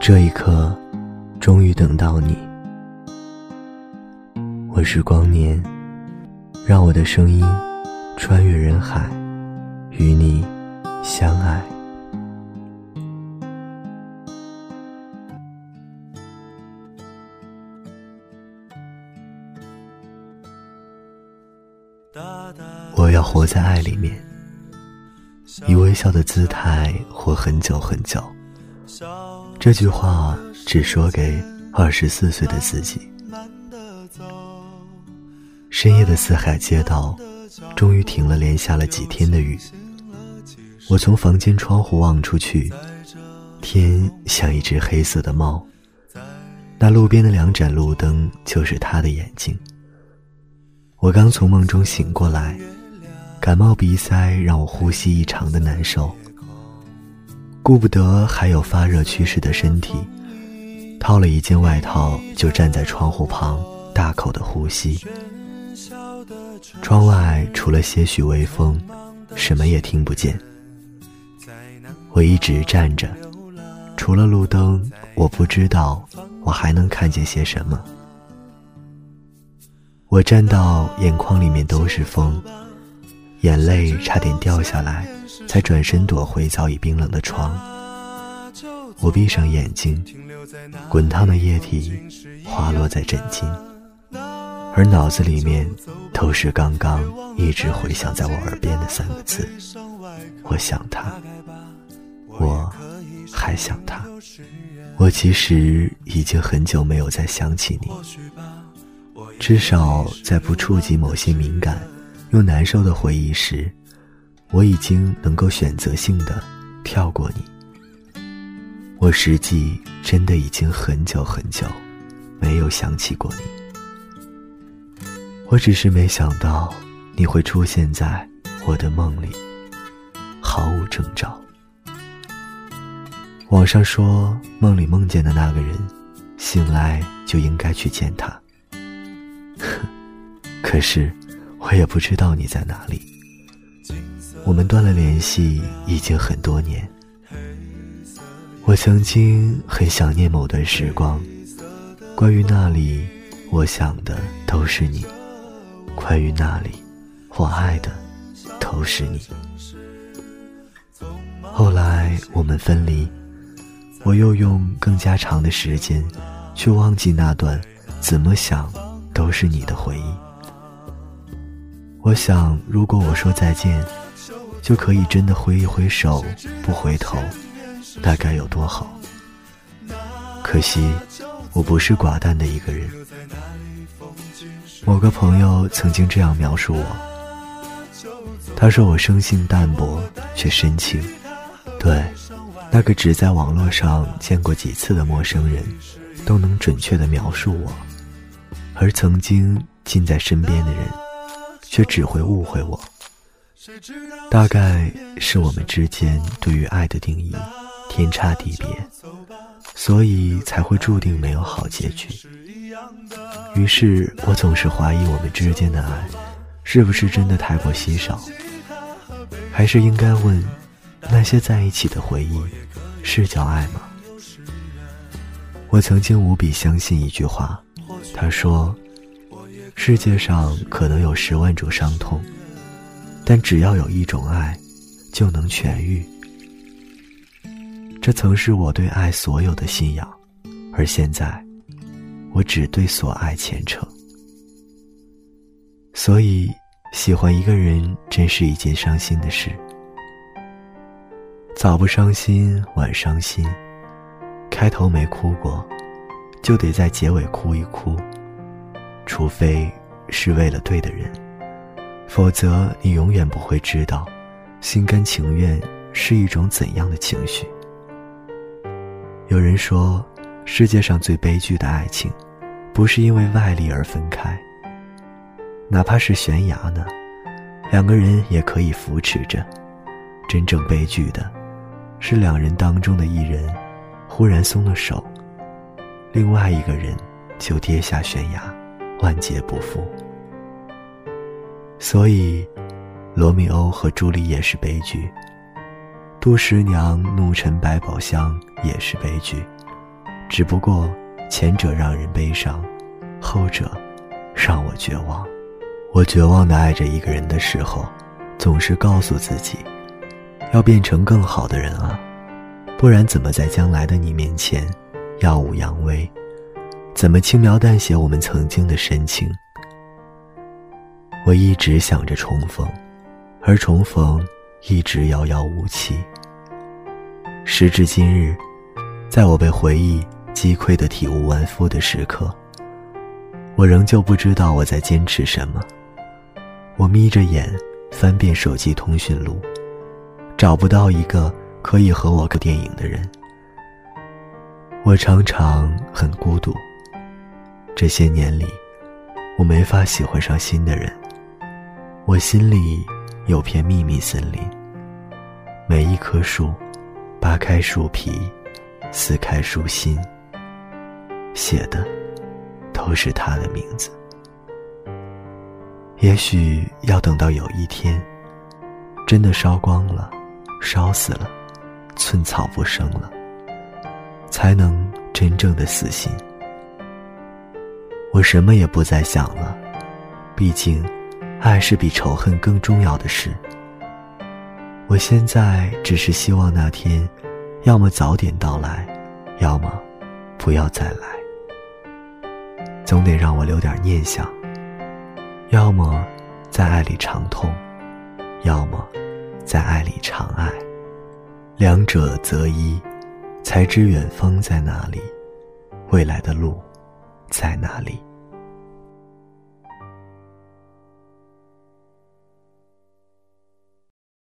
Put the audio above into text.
这一刻，终于等到你。我是光年，让我的声音穿越人海，与你相爱。我要活在爱里面，以微笑的姿态活很久很久。这句话只说给24岁的自己。深夜的四海街道终于停了连下了几天的雨，我从房间窗户望出去，天像一只黑色的猫，那路边的2盏路灯就是他的眼睛。我刚从梦中醒过来，感冒鼻塞让我呼吸异常的难受，顾不得还有发热趋势的身体，套了一件外套就站在窗户旁大口的呼吸。窗外除了些许微风，什么也听不见。我一直站着，除了路灯，我不知道我还能看见些什么。我站到眼眶里面都是风，眼泪差点掉下来，才转身躲回早已冰冷的床。我闭上眼睛，滚烫的液体滑落在枕巾，而脑子里面都是刚刚一直回响在我耳边的3个字：我想他，我还想他。我其实已经很久没有再想起你，至少在不触及某些敏感又难受的回忆时，我已经能够选择性地跳过你。我实际真的已经很久很久没有想起过你，我只是没想到你会出现在我的梦里，毫无征兆。网上说梦里梦见的那个人，醒来就应该去见他。可是我也不知道你在哪里，我们断了联系已经很多年。我曾经很想念某段时光，关于那里我想的都是你，关于那里我爱的都是你。后来我们分离，我又用更加长的时间去忘记那段怎么想都是你的回忆。我想如果我说再见就可以真的挥一挥手不回头，那该有多好。可惜我不是寡淡的一个人。某个朋友曾经这样描述我，他说我生性淡薄却深情，对那个只在网络上见过几次的陌生人都能准确地描述我，而曾经近在身边的人却只会误会我。大概是我们之间对于爱的定义天差地别，所以才会注定没有好结局。于是我总是怀疑我们之间的爱是不是真的太过稀少，还是应该问那些在一起的回忆是叫爱吗？我曾经无比相信一句话，他说世界上可能有10万种伤痛，但只要有一种爱就能痊愈。这曾是我对爱所有的信仰，而现在我只对所爱虔诚。所以喜欢一个人真是一件伤心的事，早不伤心晚伤心，开头没哭过就得在结尾哭一哭，除非是为了对的人，否则你永远不会知道心甘情愿是一种怎样的情绪。有人说世界上最悲剧的爱情不是因为外力而分开，哪怕是悬崖呢，2个人也可以扶持着。真正悲剧的是2人当中的一人忽然松了手，另外一个人就跌下悬崖，万劫不复。所以罗密欧和朱丽叶是悲剧，杜十娘怒沉百宝箱也是悲剧， 只不过前者让人悲伤，后者让我绝望。我绝望地爱着一个人的时候，总是告诉自己，要变成更好的人啊，不然怎么在将来的你面前耀武扬威，怎么轻描淡写我们曾经的深情。我一直想着重逢，而重逢一直遥遥无期。时至今日，在我被回忆击溃得体无完肤的时刻，我仍旧不知道我在坚持什么。我眯着眼翻遍手机通讯录，找不到一个可以和我看电影的人。我常常很孤独，这些年里我没法喜欢上新的人。我心里有片秘密森林，每一棵树扒开树皮，撕开树心，写的都是他的名字。也许要等到有一天真的烧光了，烧死了，寸草不生了，才能真正的死心。我什么也不再想了，毕竟爱是比仇恨更重要的事。我现在只是希望那天要么早点到来，要么不要再来。总得让我留点念想，要么在爱里长痛，要么在爱里长爱，两者择一，才知远方在哪里，未来的路在哪里。